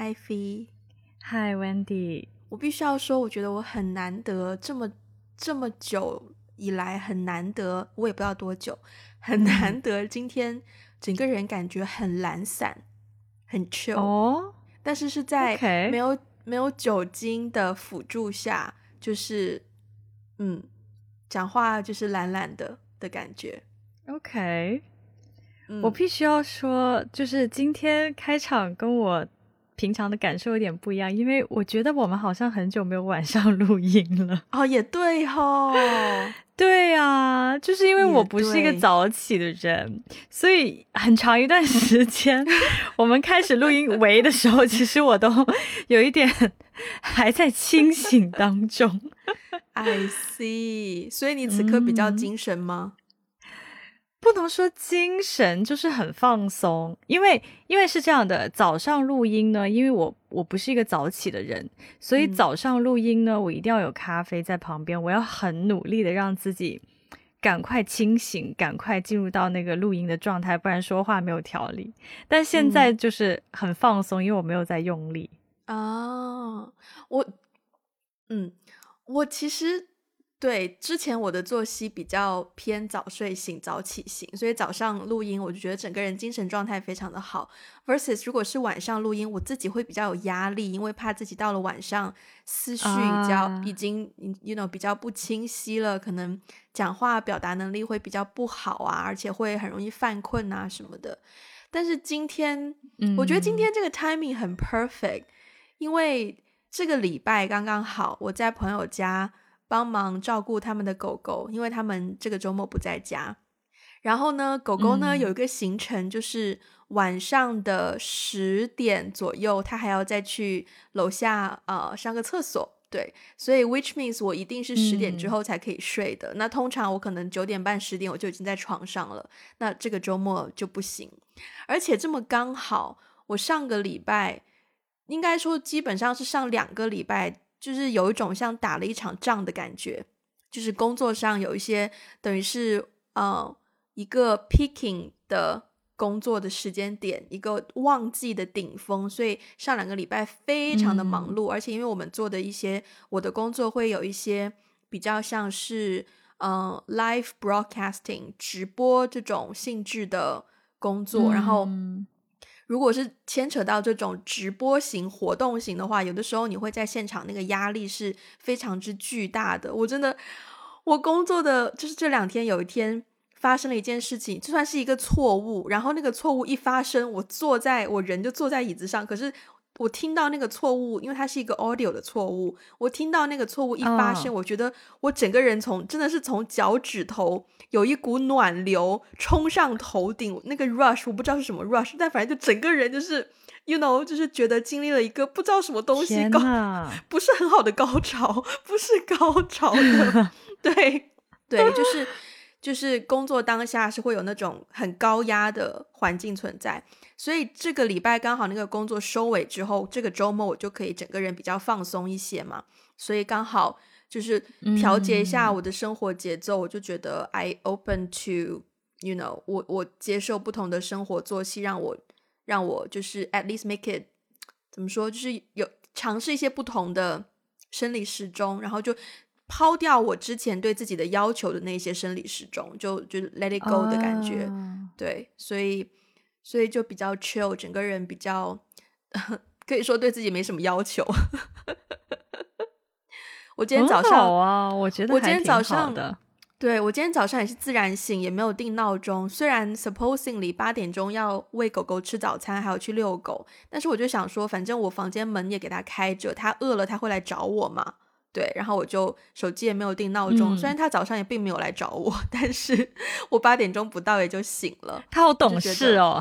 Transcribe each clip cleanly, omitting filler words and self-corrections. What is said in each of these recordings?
Ivy。 Hi Wendy。 我必须要说，我觉得我很难得这么久以来很难得，我也不知道多久，很难得今天整个人感觉很懒散很 chill，但是是在没有酒精的辅助下，就是讲话就是懒懒的感觉。 OK，我必须要说，就是今天开场跟我平常的感受有点不一样，因为我觉得我们好像很久没有晚上录音了。 哦，也对吼。 对啊，就是因为我不是一个早起的人，所以很长一段时间我们开始录音为的时候，其实我都有一点还在清醒当中。 I see， 所以你此刻比较精神吗？ 不能说精神，就是很放松。因为是这样的，早上录音呢，因为我不是一个早起的人，所以早上录音呢，我一定要有咖啡在旁边，我要很努力的让自己赶快清醒，赶快进入到那个录音的状态，不然说话没有条理。但现在就是很放松，因为我没有在用力。 我其实对之前我的作息比较偏早睡醒早起型，所以早上录音我就觉得整个人精神状态非常的好， versus 如果是晚上录音，我自己会比较有压力，因为怕自己到了晚上思绪已经比较不清晰了，可能讲话表达能力会比较不好啊，而且会很容易犯困啊什么的。但是今天我觉得今天这个 timing 很 perfect， 因为这个礼拜刚刚好我在朋友家帮忙照顾他们的狗狗，因为他们这个周末不在家。然后呢，狗狗呢有一个行程，就是晚上的10点左右，它还要再去楼下上个厕所。对，所以 which means 我一定是10点之后才可以睡的。那通常我可能9点半10点我就已经在床上了，那这个周末就不行。而且这么刚好，我上个礼拜应该说基本上是上2个礼拜，就是有一种像打了一场仗的感觉，就是工作上有一些等于是一个 peaking 的工作的时间点，一个旺季的顶峰，所以上2个礼拜非常的忙碌。而且因为我们做的我的工作会有一些比较像是live broadcasting 直播这种性质的工作，然后如果是牵扯到这种直播型活动型的话，有的时候你会在现场，那个压力是非常之巨大的。我工作的就是这2天，有一天发生了一件事情，就算是一个错误，然后那个错误一发生，我人就坐在椅子上，可是我听到那个错误，因为它是一个 audio 的错误，我听到那个错误一发生，我觉得我整个人真的是从脚趾头有一股暖流冲上头顶，那个 rush 我不知道是什么 rush， 但反正就整个人就是就是觉得经历了一个不知道什么东西不是很好的高潮，不是高潮的对，就是工作当下是会有那种很高压的环境存在，所以这个礼拜刚好那个工作收尾之后，这个周末我就可以整个人比较放松一些嘛，所以刚好就是调节一下我的生活节奏，我就觉得 I open to我接受不同的生活作息，让我就是 at least make it 怎么说，就是有尝试一些不同的生理时钟，然后就抛掉我之前对自己的要求的那些生理时钟，就 let it go 的感觉。对，所以就比较 chill， 整个人比较可以说对自己没什么要求。我今天早上很好啊，我觉得还挺好的。 对，我今天早上也是自然醒，也没有定闹钟，虽然 supposingly 8点钟要喂狗狗吃早餐还有去遛狗，但是我就想说反正我房间门也给它开着，它饿了它会来找我嘛。对，然后我就手机也没有定闹钟，虽然他早上也并没有来找我，但是我8点钟不到也就醒了。 他好懂事哦。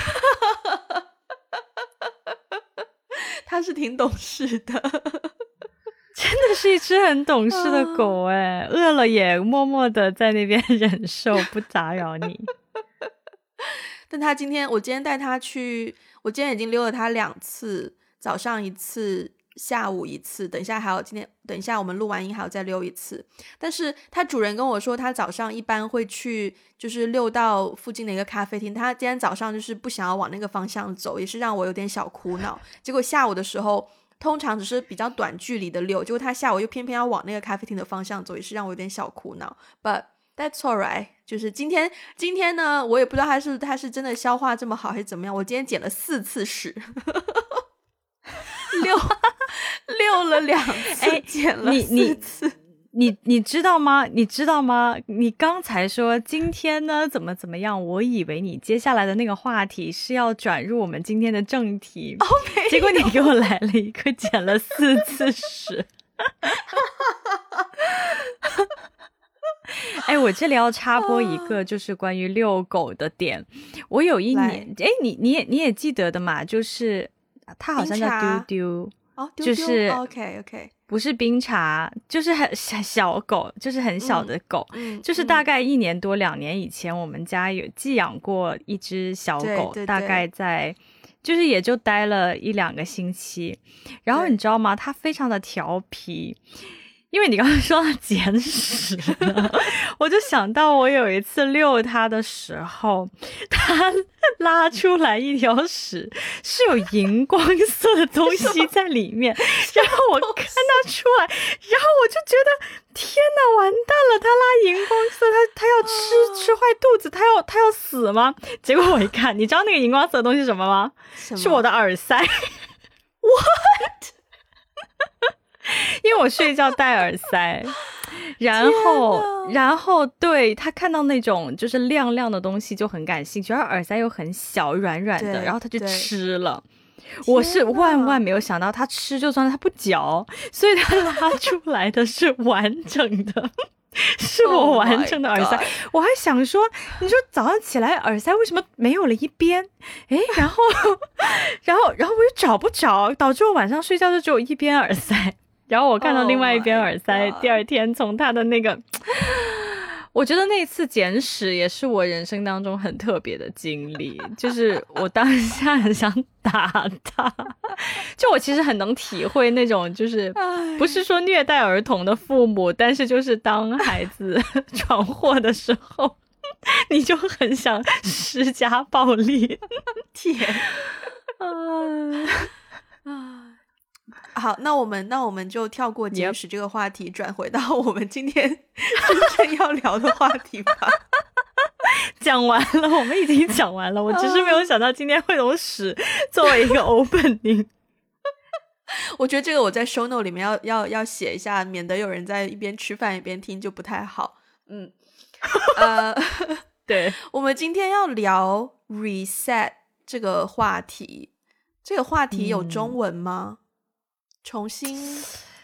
他是挺懂事的。 真的是一只很懂事的狗耶，饿了也默默的在那边忍受不打扰你。 但我今天带他去，我今天已经溜了他2次，早上1次下午一次，等一下我们录完音还要再溜一次。但是他主人跟我说，他早上一般会去就是溜到附近的一个咖啡厅，他今天早上就是不想要往那个方向走，也是让我有点小苦恼。结果下午的时候通常只是比较短距离的溜，结果他下午又偏偏要往那个咖啡厅的方向走，也是让我有点小苦恼。 But that's alright， 就是今天呢，我也不知道他是真的消化这么好还是怎么样，我今天捡了4次屎溜了2次，捡了4次。 你知道吗？你刚才说今天呢怎么样，我以为你接下来的那个话题是要转入我们今天的正题，结果你给我来了一个捡了4次屎我这里要插播一个就是关于遛狗的点。我有一年你也记得的嘛，就是它好像叫丢丢， 丢丢， 就是 OK， 不是冰茶，就是很小狗，就是很小的狗，就是大概1年多2年以前，我们家有寄养过一只小狗， 对， 大概在就是也就待了1-2个星期。然后你知道吗，它非常的调皮，因为你刚刚说到捡屎了我就想到我有一次遛它的时候，它拉出来一条屎是有荧光色的东西在里面然后我看它出来，然后我就觉得天哪，完蛋了，它拉荧光色，它要吃坏肚子，它要死吗？结果我一看，你知道那个荧光色的东西是什么吗？是我的耳塞 What？ 因为我睡觉戴耳塞，然后对，他看到那种就是亮亮的东西就很感兴趣，而耳塞又很小软软的，然后他就吃了。我是万没有想到他吃就算他不嚼，所以他拉出来的是完整的是我完整的耳塞。我还想说，你说早上起来耳塞为什么没有了一边？然后我就找不着，导致我晚上睡觉就只有一边耳塞。然后我看到另外一边耳塞，第二天从他的那个我觉得那次捡屎也是我人生当中很特别的经历，就是我当下很想打他就我其实很能体会那种就是不是说虐待儿童的父母，但是就是当孩子闯祸的时候你就很想施加暴力天好，那我们就跳过捡屎这个话题，转回到我们今天真正要聊的话题吧讲完了，我们已经讲完了，我只是没有想到今天会用屎作为一个 opening 我觉得这个我在 show note 里面要写一下，免得有人在一边吃饭一边听就不太好。 对， 我们今天要聊 reset 这个话题，这个话题有中文吗？重新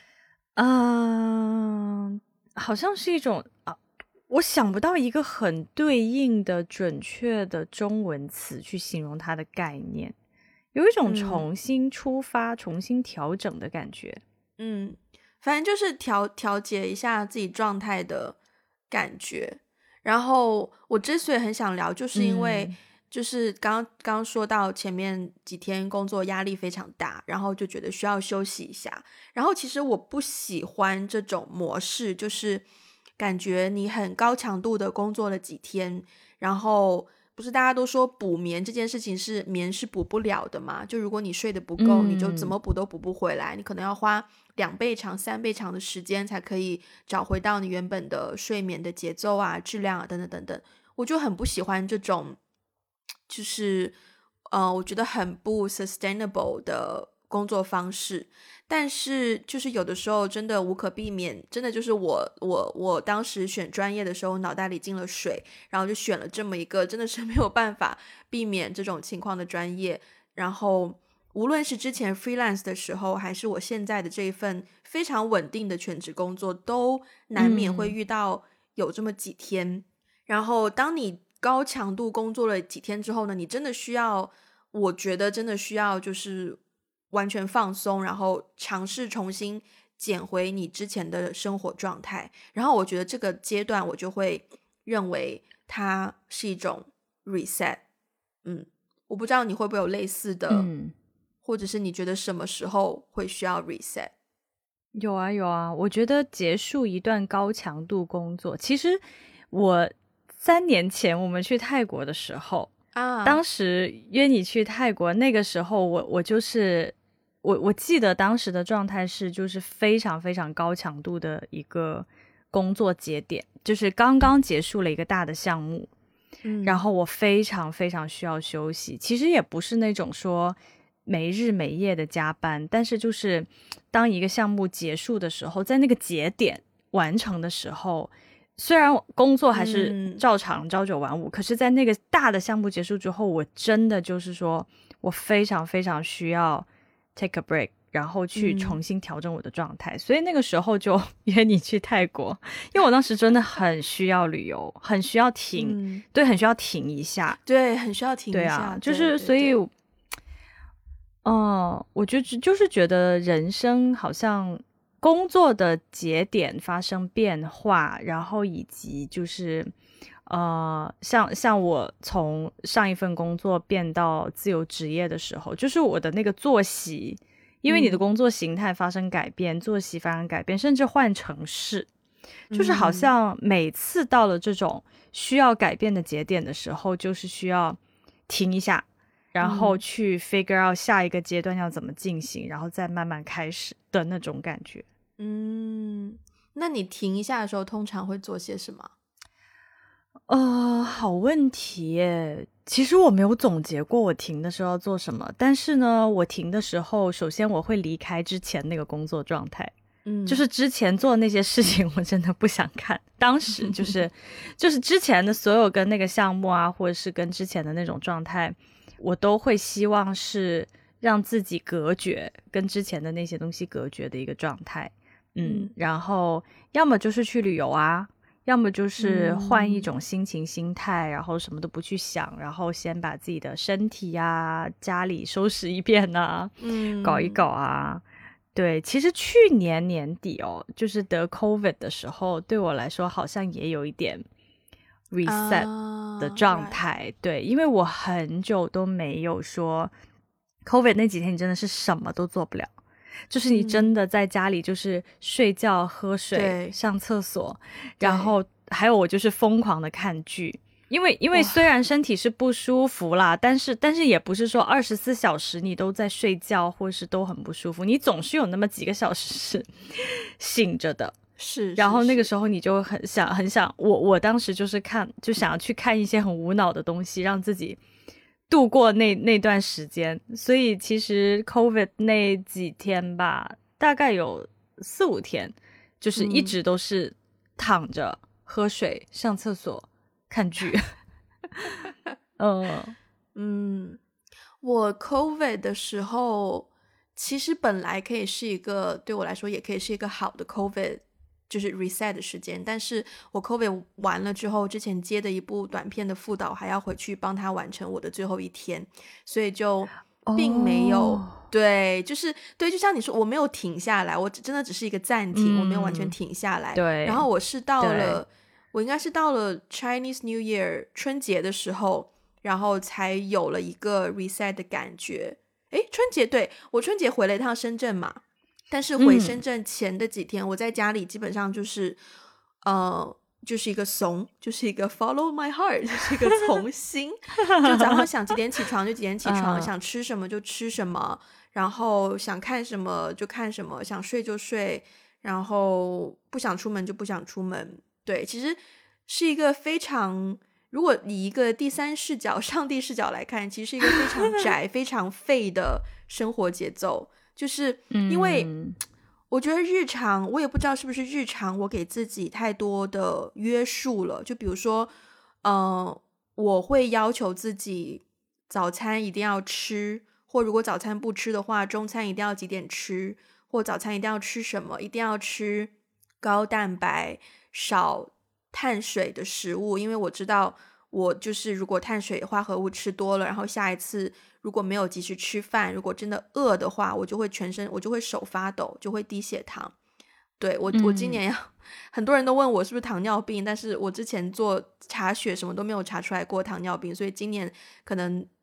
好像是一种我想不到一个很对应的准确的中文词去形容它的概念，有一种重新出发重新调整的感觉。 反正就是调节一下自己状态的感觉。然后我之所以很想聊，就是因为就是刚说到前面几天工作压力非常大，然后就觉得需要休息一下。然后其实我不喜欢这种模式，就是感觉你很高强度的工作了几天，然后不是大家都说补眠这件事情是眠是补不了的嘛，就如果你睡得不够，你就怎么补都补不回来，你可能要花2倍长3倍长的时间才可以找回到你原本的睡眠的节奏啊质量啊等等等等。我就很不喜欢这种就是我觉得很不 sustainable 的工作方式。但是就是有的时候真的无可避免，真的就是我当时选专业的时候脑袋里进了水，然后就选了这么一个真的是没有办法避免这种情况的专业。然后无论是之前 freelance 的时候，还是我现在的这一份非常稳定的全职工作，都难免会遇到有这么几天。然后当你高强度工作了几天之后呢，你真的需要，我觉得真的需要就是完全放松，然后尝试重新捡回你之前的生活状态。然后我觉得这个阶段我就会认为它是一种 reset。我不知道你会不会有类似的或者是你觉得什么时候会需要 reset？ 有啊有啊，我觉得结束一段高强度工作，其实我3年前我们去泰国的时候，当时约你去泰国，那个时候我就是我记得当时的状态是就是非常非常高强度的一个工作节点，就是刚刚结束了一个大的项目，然后我非常非常需要休息，其实也不是那种说没日没夜的加班，但是就是当一个项目结束的时候，在那个节点完成的时候，虽然工作还是照常朝九晚五，可是在那个大的项目结束之后，我真的就是说我非常非常需要 take a break， 然后去重新调整我的状态，所以那个时候就约你去泰国，因为我当时真的很需要旅游，很需要停，对，很需要停一下， 对，很需要停一下， 对啊，就是所以我就是觉得人生好像工作的节点发生变化，然后以及就是像我从上一份工作变到自由职业的时候，就是我的那个作息，因为你的工作形态发生改变，作息发生改变，甚至换城市，就是好像每次到了这种需要改变的节点的时候，就是需要停一下，然后去 figure out 下一个阶段要怎么进行，然后再慢慢开始的那种感觉。 那你停一下的时候通常会做些什么？ 好问题耶。其实我没有总结过我停的时候要做什么，但是呢，我停的时候，首先我会离开之前那个工作状态。就是之前做的那些事情我真的不想看，当时就是之前的所有跟那个项目啊，或者是跟之前的那种状态，我都会希望是让自己隔绝，跟之前的那些东西隔绝的一个状态。然后要么就是去旅游啊，要么就是换一种心情心态，然后什么都不去想，然后先把自己的身体啊家里收拾一遍啊，搞一搞啊。对，其实去年年底就是得 COVID 的时候，对我来说好像也有一点 reset 的状态。对，因为我很久都没有说 COVID 那几天你真的是什么都做不了，就是你真的在家里就是睡觉喝水上厕所，然后还有我就是疯狂的看剧，因为虽然身体是不舒服啦，但是也不是说24小时你都在睡觉或是都很不舒服，你总是有那么几个小时是醒着的。 是， 然后那个时候你就很想我当时就是就想要去看一些很无脑的东西，让自己度过那段时间。所以其实 COVID 那几天吧，大概有4-5天就是一直都是躺着喝水上厕所看剧。 我 COVID 的时候其实本来可以是一个对我来说也可以是一个好的 COVID 就是 reset 的时间，但是我 COVID 完了之后，之前接的一部短片的副导还要回去帮他完成我的最后一天，所以就并没有对，就像你说，我没有停下来，我真的只是一个暂停，我没有完全停下来。 对， 然后我应该是到了 Chinese New Year 春节的时候，然后才有了一个 reset 的感觉。春节，对，我春节回了一趟深圳嘛，但是回深圳前的几天，我在家里基本上就是就是一个怂，就是一个 follow my heart， 就是一个从心就早上想几点起床就几点起床，想吃什么就吃什么，然后想看什么就看什么，想睡就睡，然后不想出门就不想出门。对，其实是一个非常，如果以一个第三视角上帝视角来看，其实是一个非常窄非常废的生活节奏，就是因为我觉得日常，我也不知道是不是日常我给自己太多的约束了，就比如说我会要求自己早餐一定要吃，或如果早餐不吃的话，中餐一定要几点吃，或早餐一定要吃什么，一定要吃高蛋白少碳水的食物，因为我知道我就是如果碳水化合物吃多了，然后下一次如果没有及时吃饭，如果真的饿的话，我就会手发抖，就会低血糖。对，我今年很多人都问我是不是糖尿病，但是我之前做查血什么都没有查出来过糖尿病，所以今年可能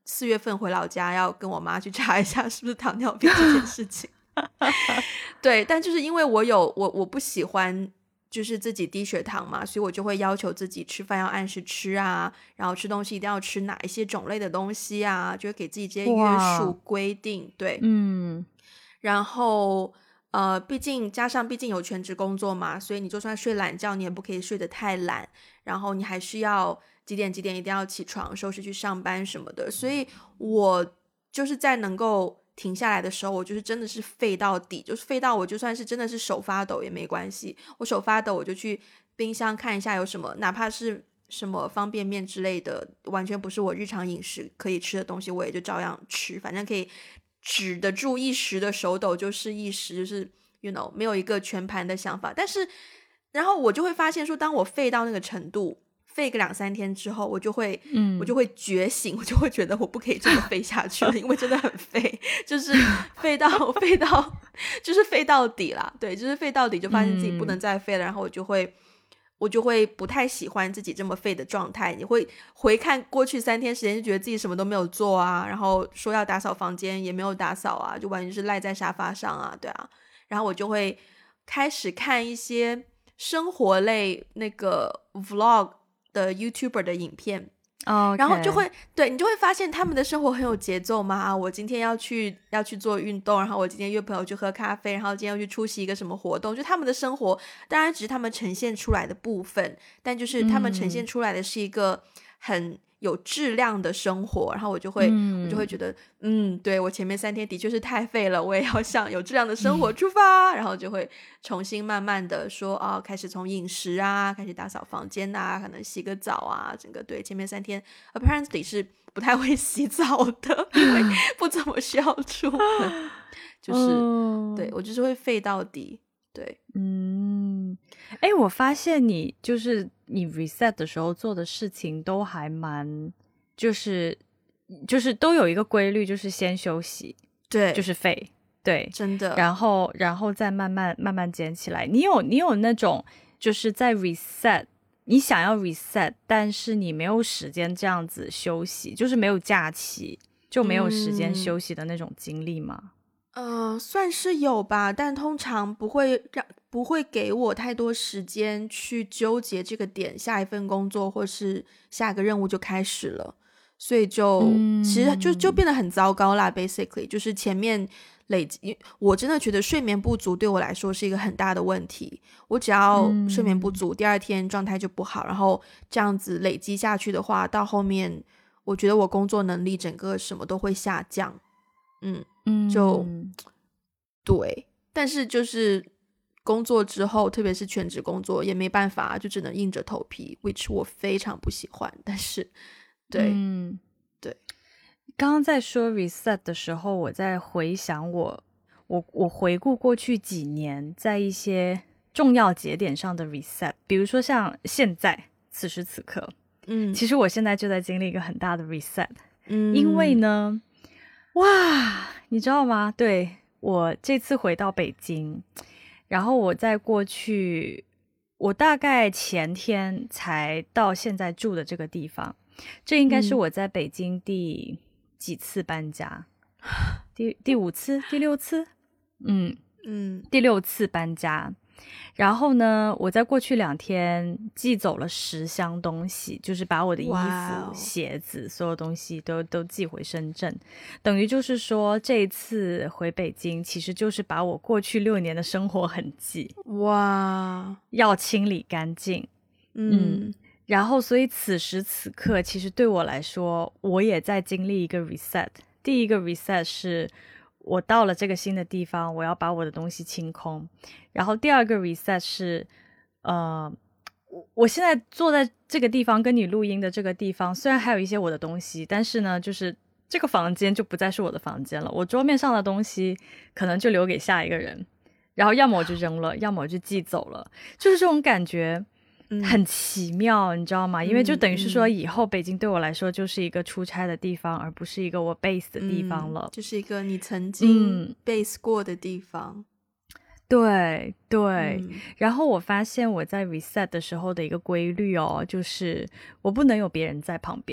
4月份回老家要跟我妈去查一下是不是糖尿病这件事情。对，但就是因为我不喜欢就是自己低血糖嘛，所以我就会要求自己吃饭要按时吃啊，然后吃东西一定要吃哪一些种类的东西啊，就会给自己这些约束规定。对，然后毕竟有全职工作嘛，所以你就算睡懒觉你也不可以睡得太懒，然后你还是要几点一定要起床收拾去上班什么的，所以我就是在能够停下来的时候，我就是真的是废到底，就是废到我就算是真的是手发抖也没关系，我手发抖我就去冰箱看一下有什么，哪怕是什么方便面之类的，完全不是我日常饮食可以吃的东西，我也就照样吃，反正可以止得住一时的手抖就是一时，就是 没有一个全盘的想法。但是然后我就会发现说，当我废到那个程度，废个2-3天之后，我就会觉醒，我就会觉得我不可以这么废下去了，因为真的很废，就是废到就是废到底啦。对，就是废到底就发现自己不能再废了，然后我就会不太喜欢自己这么废的状态。你会回看过去3天时间，就觉得自己什么都没有做啊，然后说要打扫房间也没有打扫啊，就完全是赖在沙发上啊，对啊。然后我就会开始看一些生活类那个 vlog 的 YouTuber 的影片。然后就会你就会发现他们的生活很有节奏嘛，我今天要去做运动，然后我今天约朋友去喝咖啡，然后今天要去出席一个什么活动，就他们的生活当然只是他们呈现出来的部分，但就是他们呈现出来的是一个很有质量的生活，然后我就会觉得对，我前面3天的确是太废了，我也要向有质量的生活出发，然后就会重新慢慢的说开始从饮食啊开始打扫房间啊，可能洗个澡啊，整个对前面3天 apparently 是不太会洗澡的，因为不怎么需要出门就是对，我就是会废到底。对， 我发现你就是你 reset 的时候做的事情都还蛮就是都有一个规律，就是先休息， 对， 就是废，对， 真的， 然后再慢慢捡起来。你有那种就是在 reset， 你想要 reset， 但是你没有时间这样子休息，就是没有假期就没有时间休息的那种经历吗？ 算是有吧，但通常不会给我太多时间去纠结这个点，下一份工作或是下一个任务就开始了，所以其实就变得很糟糕啦。basically 就是前面累积，我真的觉得睡眠不足对我来说是一个很大的问题。我只要睡眠不足，第二天状态就不好，然后这样子累积下去的话，到后面我觉得我工作能力整个什么都会下降。就对，但是就是工作之后，特别是全职工作也没办法，就只能硬着头皮 which 我非常不喜欢，但是对，对。 刚刚在说 reset 的时候，我在回想我回顾过去几年在一些重要节点上的 reset， 比如说像现在此时此刻，其实我现在就在经历一个很大的 reset，因为呢哇，你知道吗？对，我这次回到北京，然后我在过去，我大概前天才到现在住的这个地方，这应该是我在北京第几次搬家？第5次、第6次？第6次搬家。然后呢，我在过去2天寄走了10箱东西，就是把我的衣服、鞋子所有东西都寄回深圳，等于就是说这一次回北京其实就是把我过去6年的生活痕迹要清理干净。然后所以此时此刻其实对我来说我也在经历一个 reset。 第一个 reset 是我到了这个新的地方，我要把我的东西清空。然后第二个 reset 是我现在坐在这个地方跟你录音的这个地方，虽然还有一些我的东西，但是呢就是这个房间就不再是我的房间了，我桌面上的东西可能就留给下一个人，然后要么我就扔了，要么我就寄走了，就是这种感觉很奇妙，你知道吗？因为就等于是说以后北京对我来说就是一个出差的地方，而不是一个我 base 的地方了， 就是一个你曾经 base 过的地方。 对对，然后我发现我在 reset 的时候的一个规律就是我不能有别人在旁边，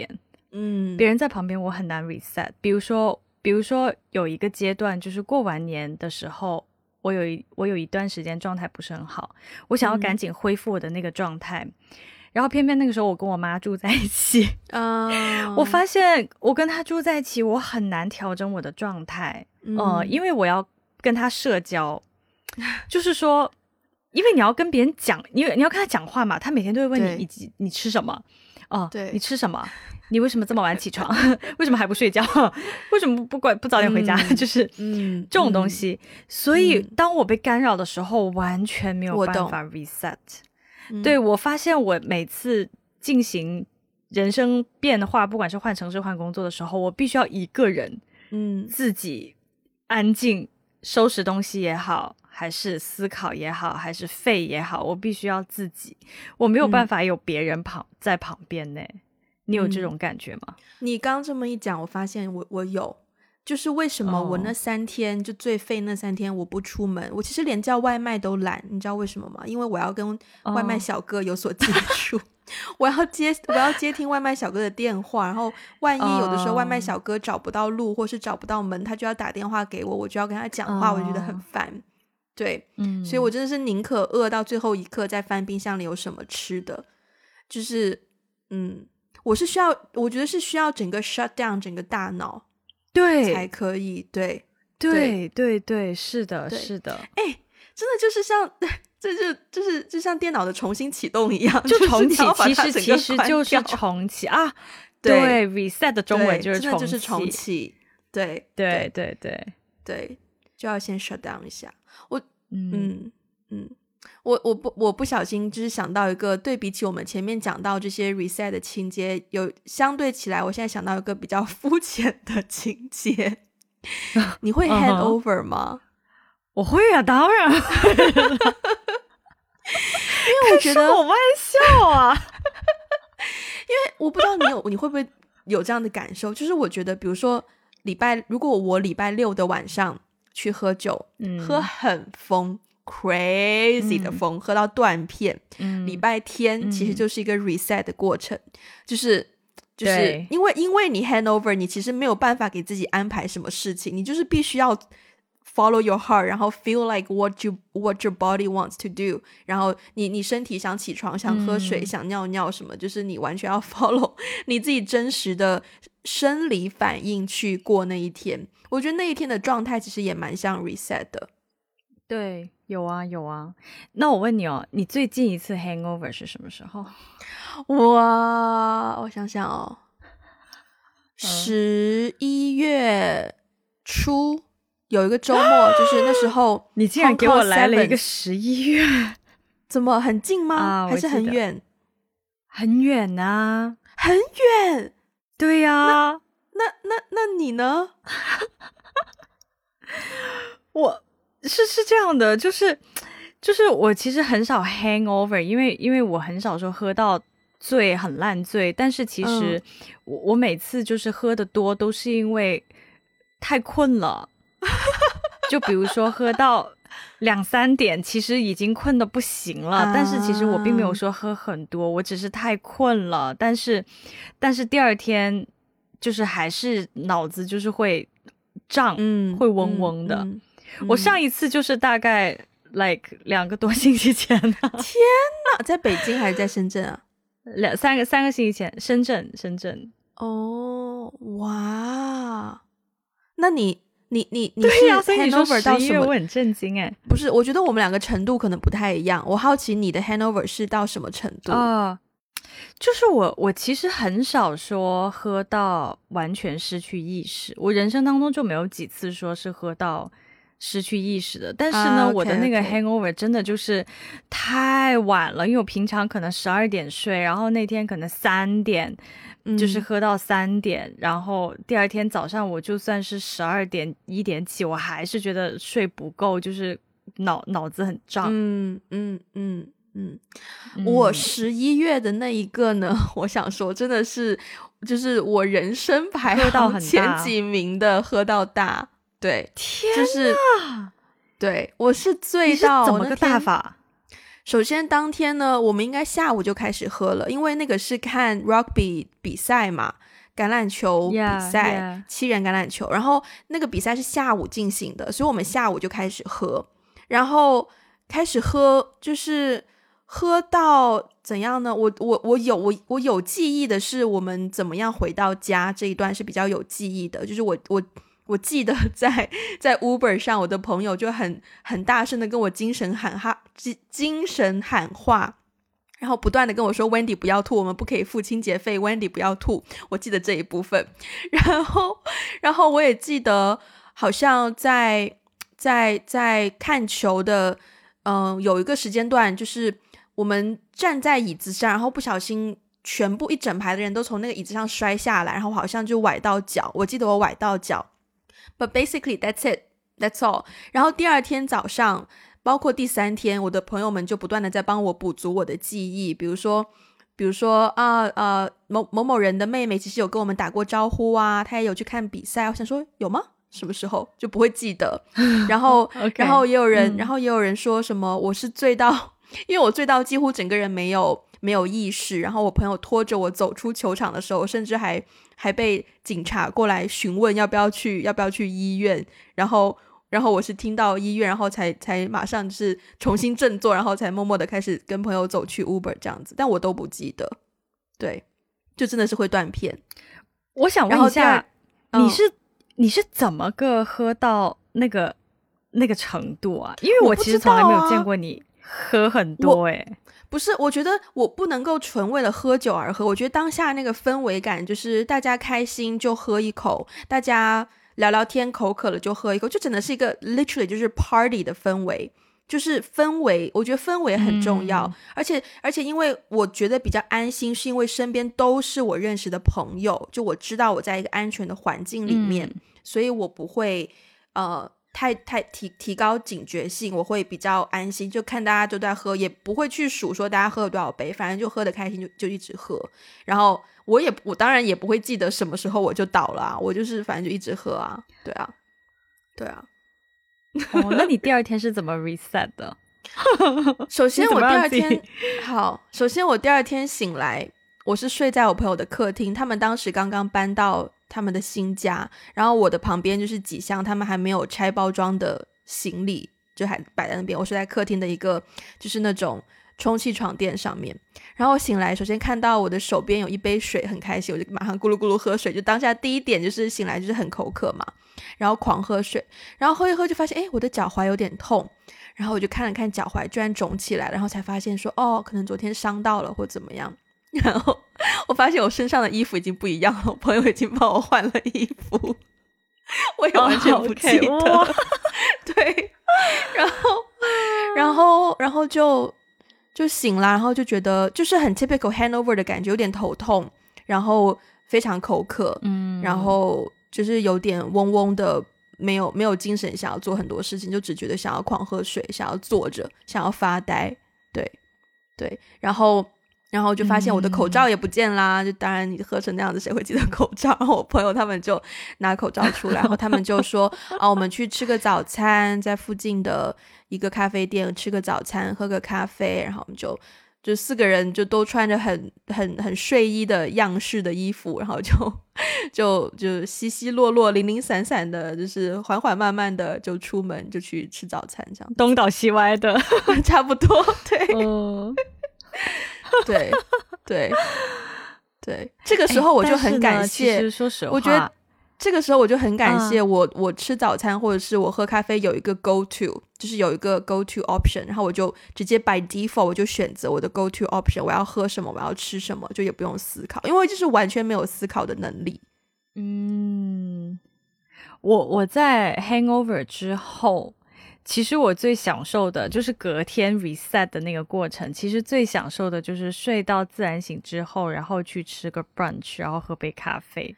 别人在旁边我很难 reset。比如说有一个阶段，就是过完年的时候，我有一段时间状态不是很好，我想要赶紧恢复我的那个状态。然后偏偏那个时候我跟我妈住在一起，我发现我跟她住在一起，我很难调整我的状态，因为我要跟她社交，就是说，因为你要跟别人讲，你要跟他讲话嘛，他每天都会问你吃什么，对，你吃什么？你为什么这么晚起床？为什么还不睡觉？为什么不早点回家？就是这种东西。所以当我被干扰的时候，完全没有办法 reset。对，我发现我每次进行人生变化，不管是换城市换工作的时候，我必须要一个人自己安静收拾东西也好，还是思考也好，还是废也好，我必须要自己，我没有办法有别人在旁边呢。你有这种感觉吗？ 你刚这么一讲，我发现我有，就是为什么我那3天就最废那3天我不出门，我其实连叫外卖都懒，你知道为什么吗？因为我要跟外卖小哥有所接触，我要接听外卖小哥的电话，然后万一有的时候外卖小哥找不到路或是找不到门，他就要打电话给我，我就要跟他讲话，我觉得很烦。对，所以我真的是宁可饿到最后一刻再翻冰箱里有什么吃的，就是我觉得是需要整个 shut down 整个大脑，对，才可以，对， 是的，是的， 真的就是像，就像电脑的重新启动一样， 就重启，其实就是重启啊，对 ，reset 的中文就是重启，对，就要先 shut down 一下，我不小心就是想到一个，对比起我们前面讲到这些 reset 的情节，有相对起来我现在想到一个比较肤浅的情节。你会 hand over 吗？ 我会啊，当然会了。因为我觉得我玩笑啊。 因为我不知道你会不会有这样的感受，就是我觉得比如说如果我礼拜六的晚上去喝酒，喝很疯crazy 的疯，喝到断片，礼拜天其实就是一个 reset 的过程，就是因为你 handover， 你其实没有办法给自己安排什么事情，你就是必须要 follow your heart， 然后 feel like what your body wants to do， 然后你身体想起床想喝水想尿尿什么，就是你完全要 follow 你自己真实的生理反应去过那一天。我觉得那一天的状态其实也蛮像 reset 的。 对，有啊。那我问你哦，你最近一次 hangover 是什么时候？ 我想想哦，11月初有一个周末，就是那时候你竟然给我来了一个11月， 怎么很近吗？还是很远？ 很远啊， 很远。 对呀， 那你呢？ 我是这样的，就是我其实很少 hangover， 因为我很少说喝到醉很烂醉，但是其实我每次就是喝的多都是因为太困了。就比如说喝到2-3点，其实已经困得不行了，但是其实我并没有说喝很多，我只是太困了，但是第二天就是还是脑子就是会胀，会嗡嗡的。我上一次就是大概 like 2个多星期前天哪，在北京还是在深圳啊 ？3个星期前，深圳。 哇，那你对呀，所以你说 11月我很震惊哎。 不是，我觉得我们2个程度可能不太一样，我好奇你的 handover 是到什么程度？ 就是我其实很少说喝到完全失去意识，我人生当中就没有几次说是喝到失去意识的，但是呢，我的那个 hangover 真的就是太晚了，因为我平常可能12点睡，然后那天可能3点，就是喝到3点，然后第二天早上我就算是12点1点起，我还是觉得睡不够，就是脑子很胀。 我11月的那一个呢，我想说真的是就是我人生排行前几名的喝到大。对， 天哪， 就是对，我是醉到怎么个大法？ 首先当天呢，我们应该下午就开始喝了，因为那个是看 rugby 比赛嘛， 橄榄球比赛 Yeah, yeah. 7人橄榄球，然后那个比赛是下午进行的，所以我们下午就开始喝，然后开始喝就是喝到怎样呢？我有记忆的是我们怎么样回到家这一段是比较有记忆的，就是我记得在 Uber 上，我的朋友就很大声的跟我精神喊话，然后不断的跟我说 Wendy 不要吐，我们不可以付清洁费， Wendy 不要吐，我记得这一部分。然后我也记得好像在看球的有一个时间段，就是我们站在椅子上，然后不小心全部一整排的人都从那个椅子上摔下来，然后好像就崴到脚，我记得我崴到脚。But basically that's it, that's all. 然后第二天早上包括第3天，我的朋友们就不断的在帮我补足我的记忆，比如说某人的妹妹其实有跟我们打过招呼啊，她也有去看比赛，我想说有吗？什么时候？就不会记得。然后然后也有人说什么我是醉到，因为我醉到几乎整个人没有意识，然后我朋友拖着我走出球场的时候，甚至还被警察过来询问要不要去医院，然后我是听到医院，然后才马上就是重新振作，然后才默默的开始跟朋友走去 Uber 这样子，但我都不记得。对，就真的是会断片。 我想问一下，你是怎么个喝到那个程度啊？因为我其实从来没有见过你喝很多不是，我觉得我不能够纯为了喝酒而喝，我觉得当下那个氛围感就是大家开心就喝一口，大家聊聊天口渴了就喝一口，就真的是一个 literally 就是 party 的氛围，就是氛围，我觉得氛围很重要。而且因为我觉得比较安心，是因为身边都是我认识的朋友，就我知道我在一个安全的环境里面，所以我不会太提高警觉性，我会比较安心，就看大家都在喝，也不会去数说大家喝了多少杯，反正就喝得开心就一直喝。然后我当然也不会记得什么时候我就倒了啊，我就是反正就一直喝啊。对啊那你第二天是怎么 reset 的？ 首先我第二天醒来，我是睡在我朋友的客厅，他们当时刚刚搬到他们的新家，然后我的旁边就是几箱他们还没有拆包装的行李，就还摆在那边。我睡在客厅的一个就是那种充气床垫上面，然后我醒来首先看到我的手边有一杯水，很开心，我就马上咕噜咕噜喝水，就当下第一点就是醒来就是很口渴嘛，然后狂喝水，然后喝一喝就发现我的脚踝有点痛，然后我就看了看脚踝居然肿起来，然后才发现说可能昨天伤到了或怎么样，然后我发现我身上的衣服已经不一样了，我朋友已经帮我换了衣服，我也完全不记得对，然后就醒了，然后就觉得就是很 typical hangover 的感觉，有点头痛，然后非常口渴，然后就是有点嗡嗡的，没有精神想要做很多事情，就只觉得想要狂喝水，想要坐着，想要发呆，对，然后就发现我的口罩也不见啦，就当然你喝成那样子谁会记得口罩，然后我朋友他们就拿口罩出来，然后他们就说我们去吃个早餐，在附近的一个咖啡店吃个早餐，喝个咖啡，然后我们就4个人就都穿着很睡衣的样式的衣服，然后就稀稀落落零零散散的，就是缓缓慢慢的就出门就去吃早餐，这样东倒西歪的差不多，对对，这个时候我就很感谢， 其实说实话我觉得这个时候我就很感谢我吃早餐或者是我喝咖啡有一个 go to， 就是有一个 go to option， 然后我就直接 by default 我就选择我的 go to option， 我要喝什么我要吃什么，就也不用思考，因为就是完全没有思考的能力。 我在 hangover 之后，其实我最享受的就是隔天 reset 的那个过程，其实最享受的就是睡到自然醒之后，然后去吃个 brunch， 然后喝杯咖啡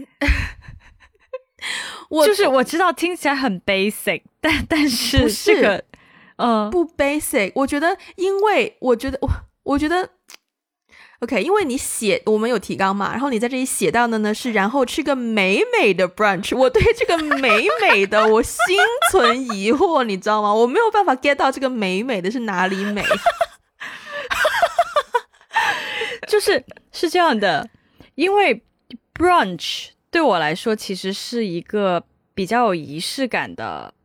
就是我知道听起来很 basic， 但是这个不 basic， 我觉得因为我觉得OK， 因为你我们有提纲嘛，然后你在这里写到的呢是然后吃个美美的 brunch， 我对这个美美的我心存疑惑你知道吗？我没有办法 get 到这个美美的是哪里美是这样的，因为 brunch 对我来说其实是一个比较有仪式感的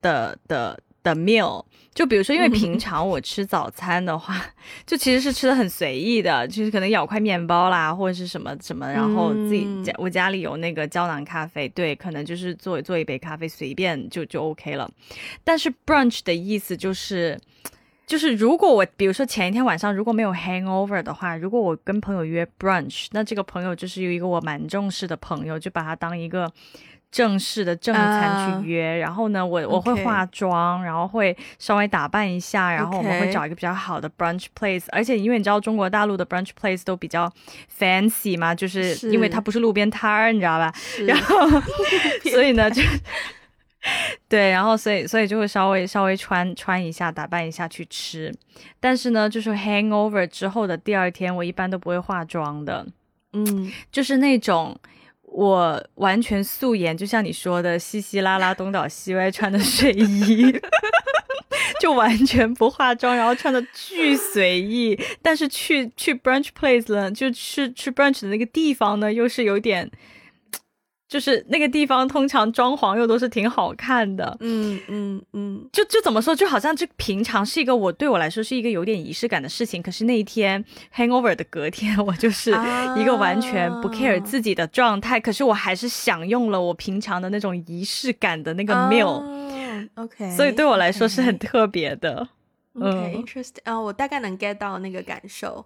meal。就比如说因为平常我吃早餐的话就其实是吃的很随意的，就是可能咬块面包啦或者是什么什么，然后自己我家里有那个胶囊咖啡，对，可能就是做一杯咖啡随便就 OK 了。但是 brunch 的意思就是如果我比如说前一天晚上如果没有 hangover 的话，如果我跟朋友约 brunch， 那这个朋友就是有一个我蛮重视的朋友，就把他当一个正式的正餐去约，然后呢我会化妆，然后会稍微打扮一下，然后我们会找一个比较好的 brunch place， 而且因为你知道中国大陆的 brunch place 都比较 fancy 嘛，就是因为它不是路边摊儿，你知道吧，然后所以呢就对，然后所以就会稍微穿一下打扮一下去吃。但是呢就是 hangover 之后的第二天我一般都不会化妆的，就是那种我完全素颜，就像你说的稀稀拉拉东倒西歪穿的睡衣就完全不化妆，然后穿的巨随意，但是去 brunch place 呢，就去 brunch 的那个地方呢又是有点，就是那个地方通常装潢又都是挺好看的，就怎么说，就好像这平常是一个对我来说是一个有点仪式感的事情，可是那一天 hangover 的隔天我就是一个完全不 care 自己的状态，可是我还是享用了我平常的那种仪式感的那个 meal，OK，所以对我来说是很特别的。 interesting， 我大概能 get 到那个感受。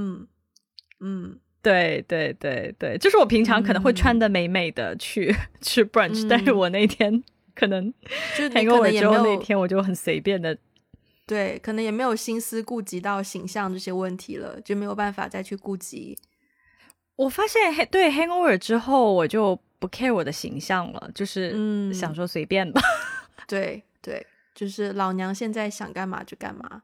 对，就是我平常可能会穿的美美的去吃 brunch，但是我那天可能就 hangover 之后那天我就很随便的， 对，可能也没有心思顾及到形象这些问题了，就没有办法再去顾及。 我发现对 hangover 之后我就不 care 我的形象了，就是想说随便吧。 对，就是老娘现在想干嘛就干嘛。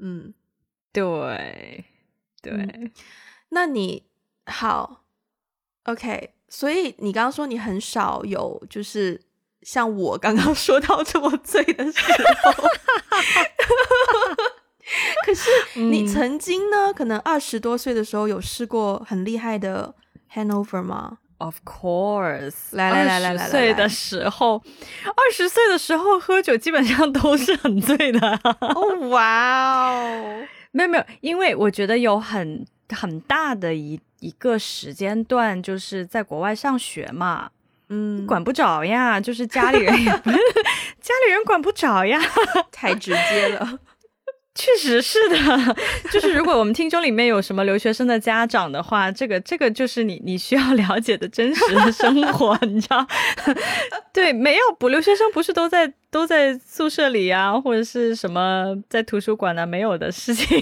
对， 那你好 OK， 所以你刚刚说你很少有就是像我刚刚说到这么醉的时候可是你曾经呢可能20多岁的时候有试过很厉害的 hangover 吗？ Of course， 来 20岁的时候喝酒基本上都是很醉的。 哇哦， 没有，因为我觉得有很大的一个时间段就是在国外上学嘛，管不着呀，就是家里人管不着呀， 太直接了。 确实是的，就是如果我们听众里面有什么留学生的家长的话，这个就是你需要了解的真实的生活，你知道？对，没有留学生不是都在宿舍里啊，或者是什么在图书馆啊，没有的事情。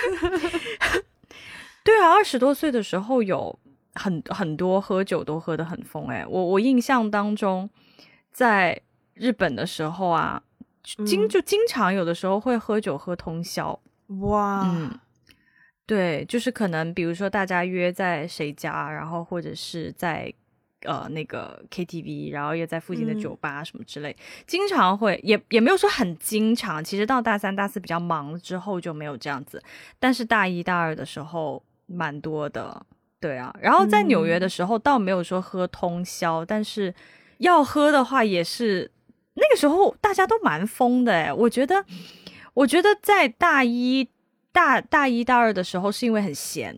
对啊，20多岁的时候有很多喝酒都喝得很疯欸。我印象当中在日本的时候啊，就经常有的时候会喝酒喝通宵。 哇， 对，就是可能比如说大家约在谁家，然后或者是在那个 KTV， 然后也在附近的酒吧什么之类，经常会也没有说很经常，其实到大3大4比较忙之后就没有这样子，但是大1大2的时候蛮多的。对啊，然后在纽约的时候倒没有说喝通宵，但是要喝的话也是那个时候大家都蛮疯的欸。我觉得在大一大2的时候是因为很闲，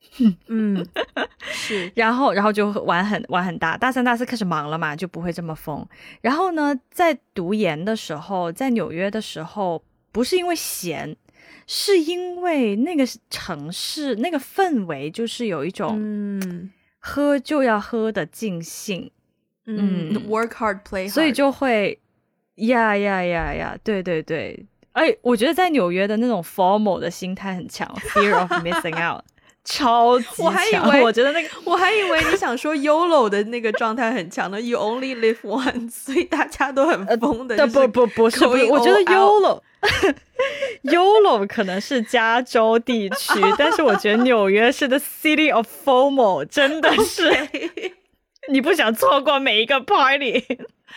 是， 然后就玩很大，大3大4开始忙了嘛，就不会这么疯。然后呢在读研的时候，在纽约的时候，不是因为闲，是因为那个城市那个氛围就是有一种喝就要喝的尽兴 work hard play hard， 所以就会呀，对，我觉得在纽约的那种 FOMO 的心态很强，fear of missing out 超级强。我觉得我还以为你想说 YOLO 的那个状态很强的，you only live once， 所以大家都很疯的。 不是，我觉得 YOLO 可能是加州地区，但是我觉得纽约是 the city of FOMO， 真的是你不想错过每一个 party。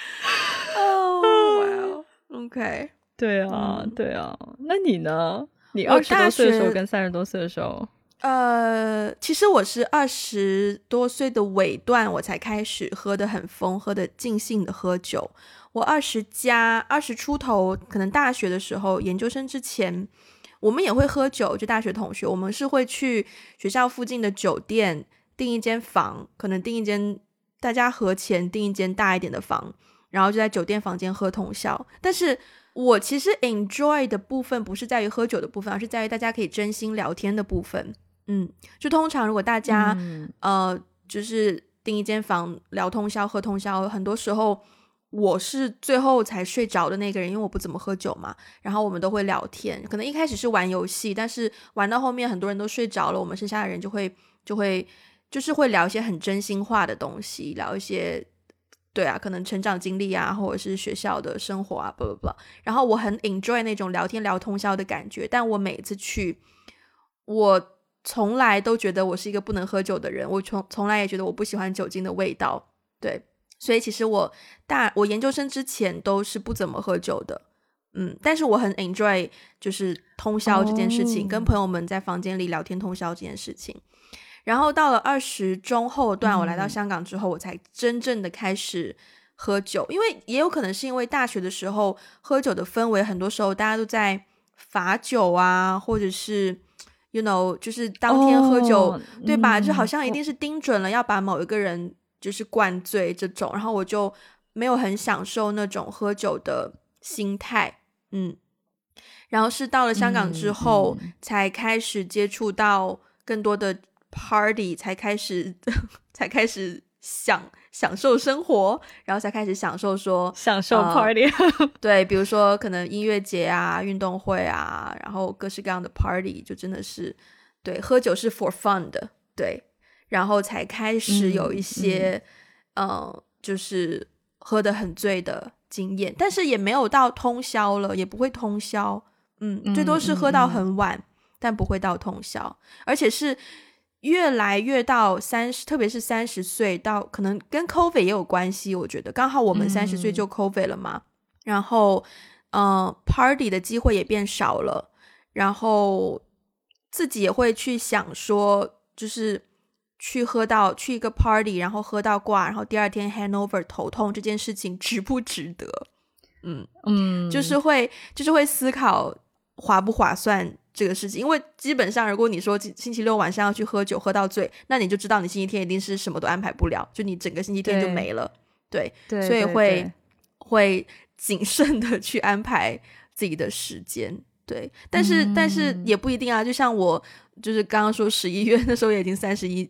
哦，OK， 对啊，那你呢？你20多岁的时候跟30多岁的时候？ 其实我是20多岁的尾段我才开始喝得很疯，喝得尽兴的喝酒。我20出头，可能大学的时候，研究生之前，我们也会喝酒，就大学同学，我们是会去学校附近的酒店订一间房，可能订一间大家合钱订一间大一点的房，然后就在酒店房间喝通宵。但是我其实 enjoy 的部分不是在于喝酒的部分，而是在于大家可以真心聊天的部分。就通常如果大家就是订一间房聊通宵喝通宵，很多时候我是最后才睡着的那个人，因为我不怎么喝酒嘛，然后我们都会聊天，可能一开始是玩游戏，但是玩到后面很多人都睡着了，我们剩下的人就是会聊一些很真心话的东西，聊一些对啊，可能成长经历啊，或者是学校的生活啊 blah blah blah， 然后我很 enjoy 那种聊天聊通宵的感觉，但我每一次去，我从来都觉得我是一个不能喝酒的人，我从来也觉得我不喜欢酒精的味道，对，所以其实我研究生之前都是不怎么喝酒的，但是我很 enjoy 就是通宵这件事情，跟朋友们在房间里聊天通宵这件事情。然后到了20中后段，我来到香港之后，我才真正的开始喝酒，因为也有可能是因为大学的时候喝酒的氛围，很多时候大家都在罚酒啊，或者是就是当天喝酒，对吧？就好像一定是盯准了要把某一个人就是灌醉这种，然后我就没有很享受那种喝酒的心态，然后是到了香港之后，才开始接触到更多的 party， 才开始享受生活，然后才开始享受party，对，比如说可能音乐节啊、运动会啊，然后各式各样的 party， 就真的是对，喝酒是 for fun 的，对，然后才开始有一些就是喝得很醉的经验，但是也没有到通宵了，也不会通宵，最多是喝到很晚，但不会到通宵，而且是越来越到30，特别是30岁到，可能跟 COVID 也有关系，我觉得刚好我们30岁就 COVID 了嘛，然后party 的机会也变少了，然后自己也会去想说，就是去一个 party， 然后喝到挂，然后第二天 hangover 头痛这件事情值不值得？就是会思考划不划算这个事情，因为基本上如果你说星期六晚上要去喝酒喝到醉，那你就知道你星期天一定是什么都安排不了，就你整个星期天就没了，对，所以会谨慎的去安排自己的时间，对，但是也不一定啊，就像我就是刚刚说11月那时候也已经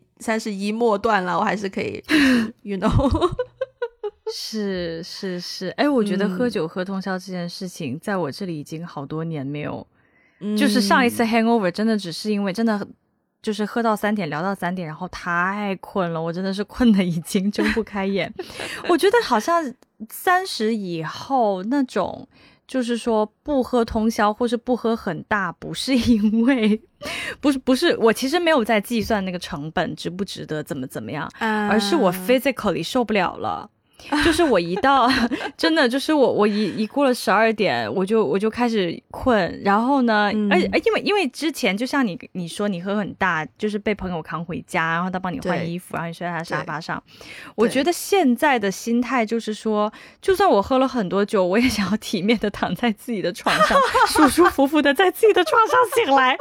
31末段了，我还是可以you know 是，我觉得喝酒喝通宵这件事情在我这里已经好多年没有，就是上一次 hangover 真的只是因为真的就是喝到3点聊到3点，然后太困了，我真的是困得已经睁不开眼我觉得好像30以后那种就是说不喝通宵或是不喝很大，不是因为不是我其实没有在计算那个成本值不值得怎么样，而是我 physically 受不了了就是我一到真的就是我一过了12点我就开始困，然后呢因为之前就像你说你喝很大，就是被朋友扛回家，然后他帮你换衣服，然后你睡在他沙发上，我觉得现在的心态就是说，就算我喝了很多酒，我也想要体面的躺在自己的床上舒舒服服的在自己的床上醒来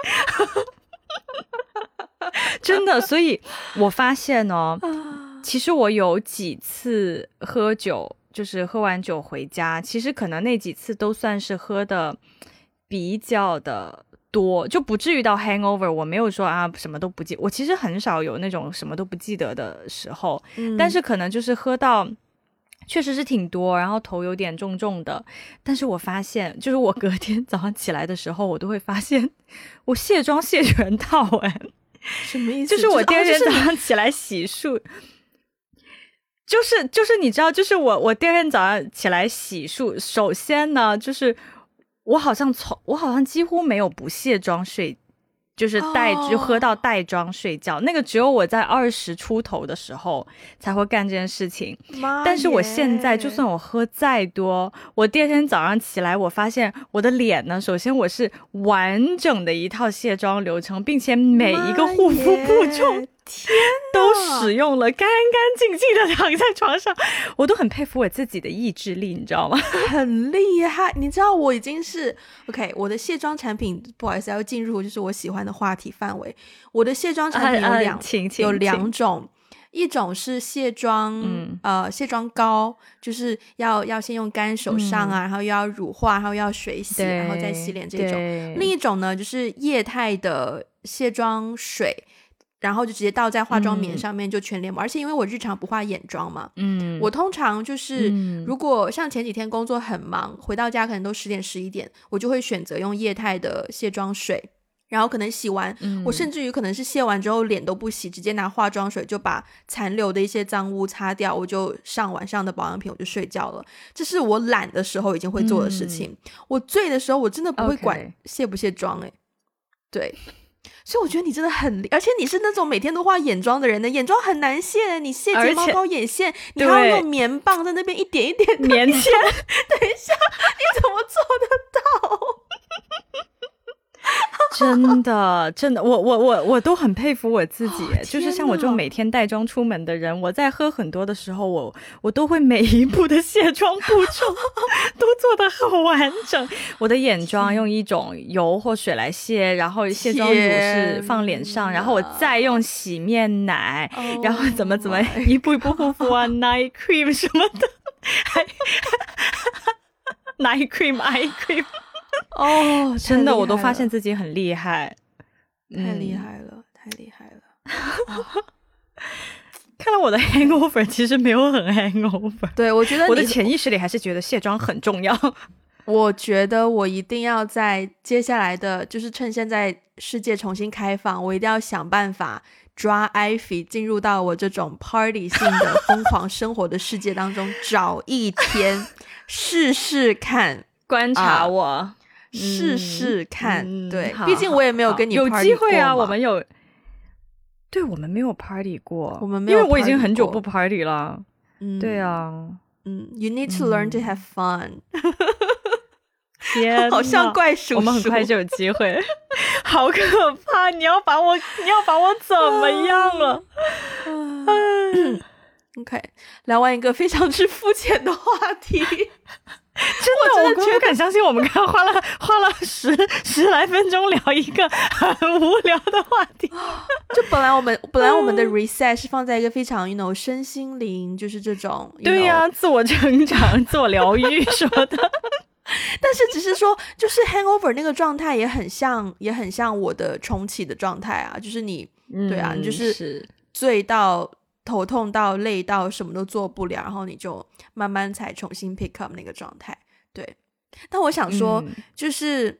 真的，所以我发现其实我有几次喝酒，就是喝完酒回家，其实可能那几次都算是喝的比较的多，就不至于到 hangover， 我没有说什么都不记，我其实很少有那种什么都不记得的时候，但是可能就是喝到确实是挺多，然后头有点重重的，但是我发现就是我隔天早上起来的时候，我都会发现我卸妆卸全套什么意思？ 就是我第二天早上起来洗漱就是你知道，就是我第二天早上起来洗漱，首先呢，就是我好像几乎没有不卸妆睡就是就喝到袋装睡觉，那个只有我在20出头的时候才会干这件事情。但是我现在就算我喝再多，我第二天早上起来，我发现我的脸呢，首先我是完整的一套卸妆流程，并且每一个护肤步骤都使用了，干干净净的躺在床上，我都很佩服我自己的意志力，你知道吗？ 很厉害。你知道我已经是 OK， 我的卸妆产品不好意思要进入就是我喜欢的话题范围。我的卸妆产品有两种，一种是卸妆卸妆膏，就是要先用干手上啊，然后又要乳化，然后又要水洗，然后再洗脸这种。另一种呢就是液态的卸妆水，然后就直接倒在化妆棉上面就全脸膜。而且因为我日常不画眼妆嘛，我通常就是如果像前几天工作很忙，回到家可能都10点11点，我就会选择用液态的卸妆水，然后可能洗完我甚至于可能是卸完之后脸都不洗，直接拿化妆水就把残留的一些脏污擦掉，我就上晚上的保养品，我就睡觉了。这是我懒的时候已经会做的事情。我醉的时候我真的不会管卸不卸妆对，所以我觉得你真的很而且你是那种每天都画眼妆的人呢，眼妆很难卸，你卸睫毛膏、眼线，你还要用棉棒在那边一点一点棉签。 等一下，你怎么做得到？ 真的，我都很佩服我自己，就是像我这种每天带妆出门的人，我在喝很多的时候，我都会每一步的卸妆步骤都做得很完整。我的眼妆用一种油或水来卸，然后卸妆乳是放脸上，然后我再用洗面奶，然后怎么一步一步护肤啊，night cream 什么的，night cream eye cream。真的我都发现自己很厉害， 太厉害了。 看来我的 hangover 其实没有很 hangover。 对，我觉得我的潜意识里还是觉得卸妆很重要。 我觉得我一定要在接下来的就是趁现在世界重新开放，我一定要想办法抓 Ivy 进入到我这种 party 性的疯狂生活的世界当中找一天试试看， 观察我试试看。对，毕竟我也没有跟你 party 过嘛。 有机会啊，我们没有 party 过， 我们没有 party 过， 因为我已经很久不 party 了。对啊 ，you need to learn to have fun。 天， 好像怪叔叔， 我们很快就有机会。好可怕！你要把我怎么样了 ？OK， 聊完一个非常之肤浅的话题。 真的，我不敢相信我们刚花了十来分钟聊一个很无聊的话题。 就本来我们的 reset 是放在一个非常身心灵，就是这种对呀，自我成长、自我疗愈什么的。 但是只是说，就是 hangover 那个状态也很像我的重启的状态啊，就是你对啊，你就是醉到头痛到累到什么都做不了，然后你就慢慢才重新 pick up 那个状态。对，但我想说就是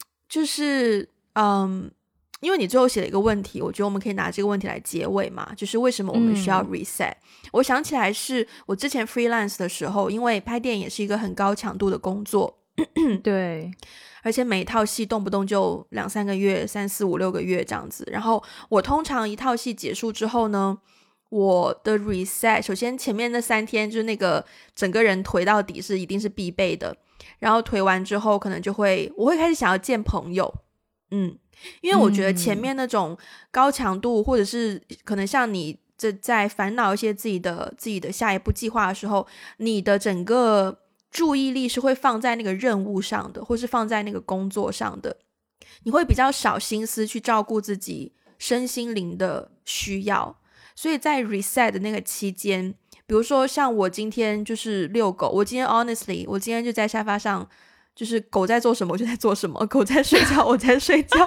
因为你最后写了一个问题，我觉得我们可以拿这个问题来结尾嘛，就是为什么我们需要 reset。我想起来是我之前 freelance 的时候，因为拍电影也是一个很高强度的工作， 对， 而且每一套戏动不动就2-3个月、3、4、5、6个月这样子。然后我通常一套戏结束之后呢，我的 reset 首先前面那3天就是那个整个人颓到底是一定是必备的，然后颓完之后可能我会开始想要见朋友，因为我觉得前面那种高强度或者是可能像你在烦恼一些自己的下一步计划的时候，你的整个注意力是会放在那个任务上的，或是放在那个工作上的，你会比较少心思去照顾自己身心灵的需要。所以在 reset 的那个期间，比如说像我今天就是遛狗，我今天就在沙发上，就是狗在做什么我就在做什么，狗在睡觉我在睡觉。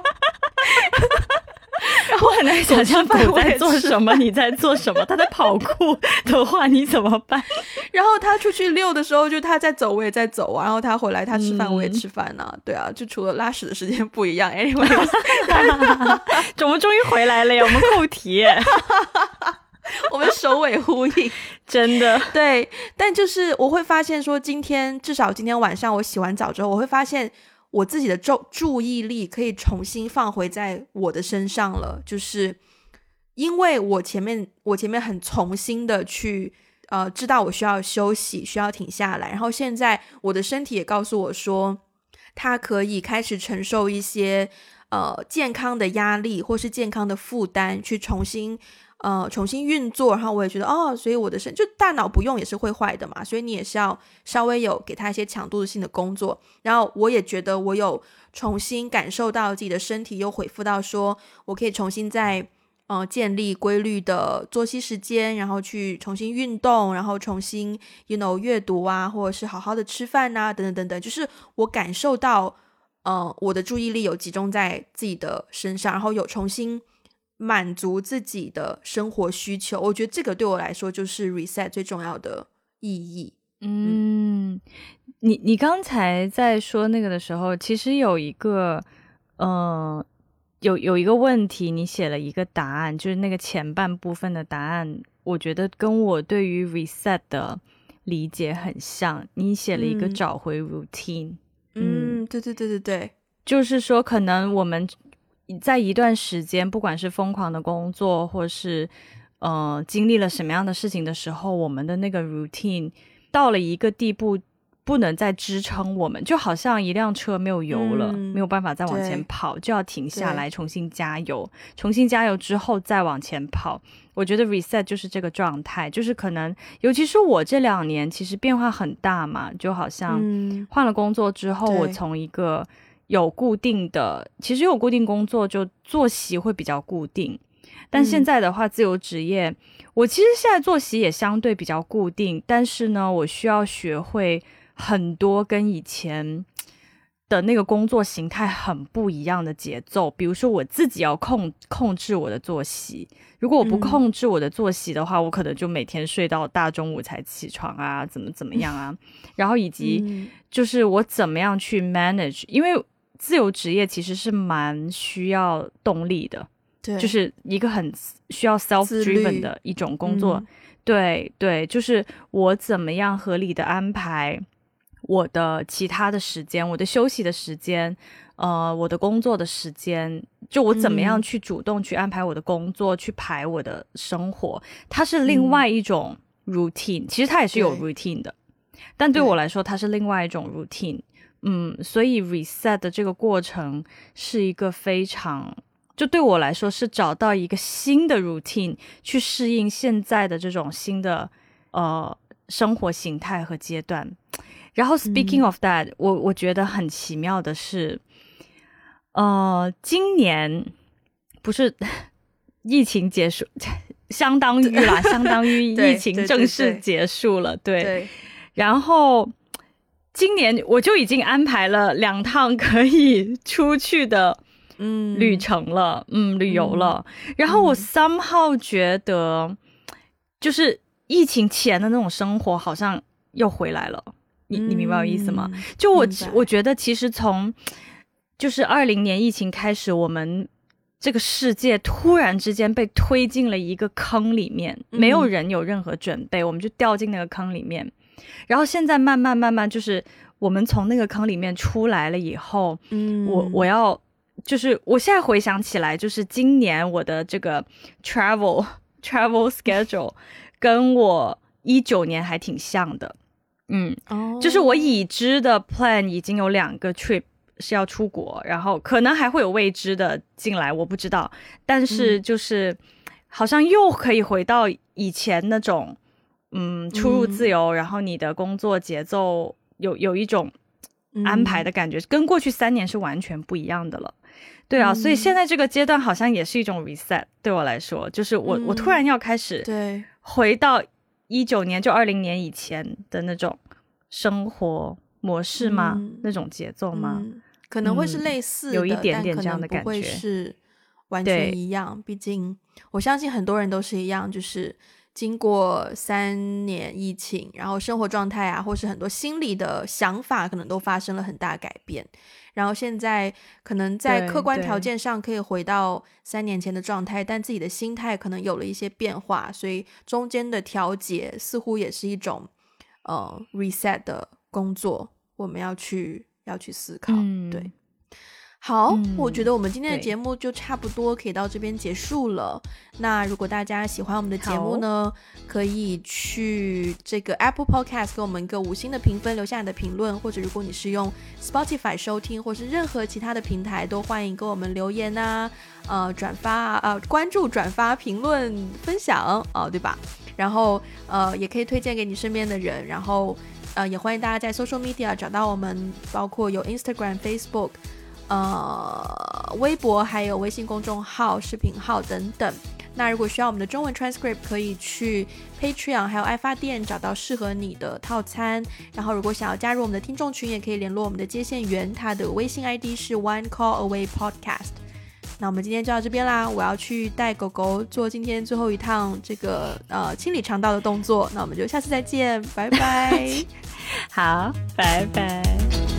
然后我很难想象狗在做什么你在做什么，它在跑酷的话你怎么办？ 然后它出去遛的时候就它在走我也在走啊，然后它回来它吃饭我也吃饭啊，对啊，就除了拉屎的时间不一样。Anyway， 我们终于回来了呀，我们扣题耶。 我们首尾呼应， 真的对。 但就是我会发现说至少今天晚上我洗完澡之后，我会发现我自己的注意力可以重新放回在我的身上了，就是因为我前面很从心的去知道我需要休息，需要停下来，然后现在我的身体也告诉我说它可以开始承受一些健康的压力或是健康的负担，去重新运作，然后我也觉得所以我的就大脑不用也是会坏的嘛，所以你也是要稍微有给他一些强度性的工作，然后我也觉得我有重新感受到自己的身体又恢复到说我可以重新再建立规律的作息时间，然后去重新运动，然后重新阅读啊，或者是好好的吃饭啊，等等等等，就是我感受到我的注意力有集中在自己的身上，然后有重新满足自己的生活需求，我觉得这个对我来说就是 reset 最重要的意义。 你刚才在说那个的时候，其实有一个有一个问题，你写了一个答案，就是那个前半部分的答案，我觉得跟我对于 reset 的理解很像。你写了一个找回 routine。 对对对对对， 就是说可能我们在一段时间，不管是疯狂的工作，或是经历了什么样的事情的时候，我们的那个 routine 到了一个地步不能再支撑我们，就好像一辆车没有油了，没有办法再往前跑，就要停下来重新加油，重新加油之后再往前跑。我觉得 reset 就是这个状态，就是可能尤其是我这2年其实变化很大嘛，就好像换了工作之后，我从一个有固定的，其实有固定工作就作息会比较固定，但现在的话自由职业，我其实现在作息也相对比较固定，但是呢我需要学会很多跟以前的那个工作形态很不一样的节奏，比如说我自己要控制我的作息，如果我不控制我的作息的话，我可能就每天睡到大中午才起床啊，怎么样啊然后以及就是我怎么样去 manage， 因为自由职业其实是蛮需要动力的， 对， 就是一个很需要 self-driven 的一种工作。对对，就是我怎么样合理的安排我的其他的时间，我的休息的时间，我的工作的时间，就我怎么样去主动去安排我的工作，去排我的生活，它是另外一种 routine，其实它也是有 routine 的，但对我来说它是另外一种 routine。所以 reset 的这个过程是一个非常，就对我来说是找到一个新的 routine 去适应现在的这种新的生活形态和阶段。然后 speaking of that，我觉得很奇妙的是今年不是疫情结束，相当于疫情正式结束了，对。然后今年我就已经安排了2趟可以出去的旅程了，旅游了。然后我 somehow 觉得就是疫情前的那种生活好像又回来了，你明白我意思吗？就我觉得其实从就是20年疫情开始，我们这个世界突然之间被推进了一个坑里面，没有人有任何准备，我们就掉进那个坑里面。然后现在慢慢就是我们从那个坑里面出来了以后，我要就是我现在回想起来，就是今年我的这个 travel schedule 跟我19年还挺像的。就是我已知的 plan 已经有2个 trip 是要出国，然后可能还会有未知的进来，我不知道，但是就是好像又可以回到以前那种出入自由，然后你的工作节奏有一种安排的感觉，跟过去3年是完全不一样的了。对啊，所以现在这个阶段好像也是一种 reset， 对我来说就是我突然要开始回到19年就20年以前的那种生活模式吗？那种节奏吗？ 可能会是类似的， 有一点点这样的感觉， 但可能不会是完全一样。毕竟我相信很多人都是一样，就是经过3年疫情，然后生活状态啊，或是很多心理的想法可能都发生了很大改变，然后现在可能在客观条件上可以回到3年前的状态，但自己的心态可能有了一些变化，所以中间的调节似乎也是一种reset 的工作，我们要去要去思考。对，好，我觉得我们今天的对节目就差不多可以到这边结束了。那如果大家喜欢我们的节目呢，可以去这个 Apple Podcast 给我们一个5星的评分，留下你的评论，或者如果你是用 Spotify 收听，或是任何其他的平台，都欢迎给我们留言啊，转发关注、转发、评论、分享对吧？然后也可以推荐给你身边的人，然后也欢迎大家在 social media 找到我们，包括有 Instagram、Facebook。微博还有微信公众号、视频号等等。那如果需要我们的中文 transcript， 可以去 Patreon 还有爱发电找到适合你的套餐。然后如果想要加入我们的听众群，也可以联络我们的接线员，他的微信 ID 是 One Call Away Podcast。那我们今天就到这边啦，我要去带狗狗做今天最后一趟这个清理肠道的动作。那我们就下次再见，拜拜。 好，拜拜。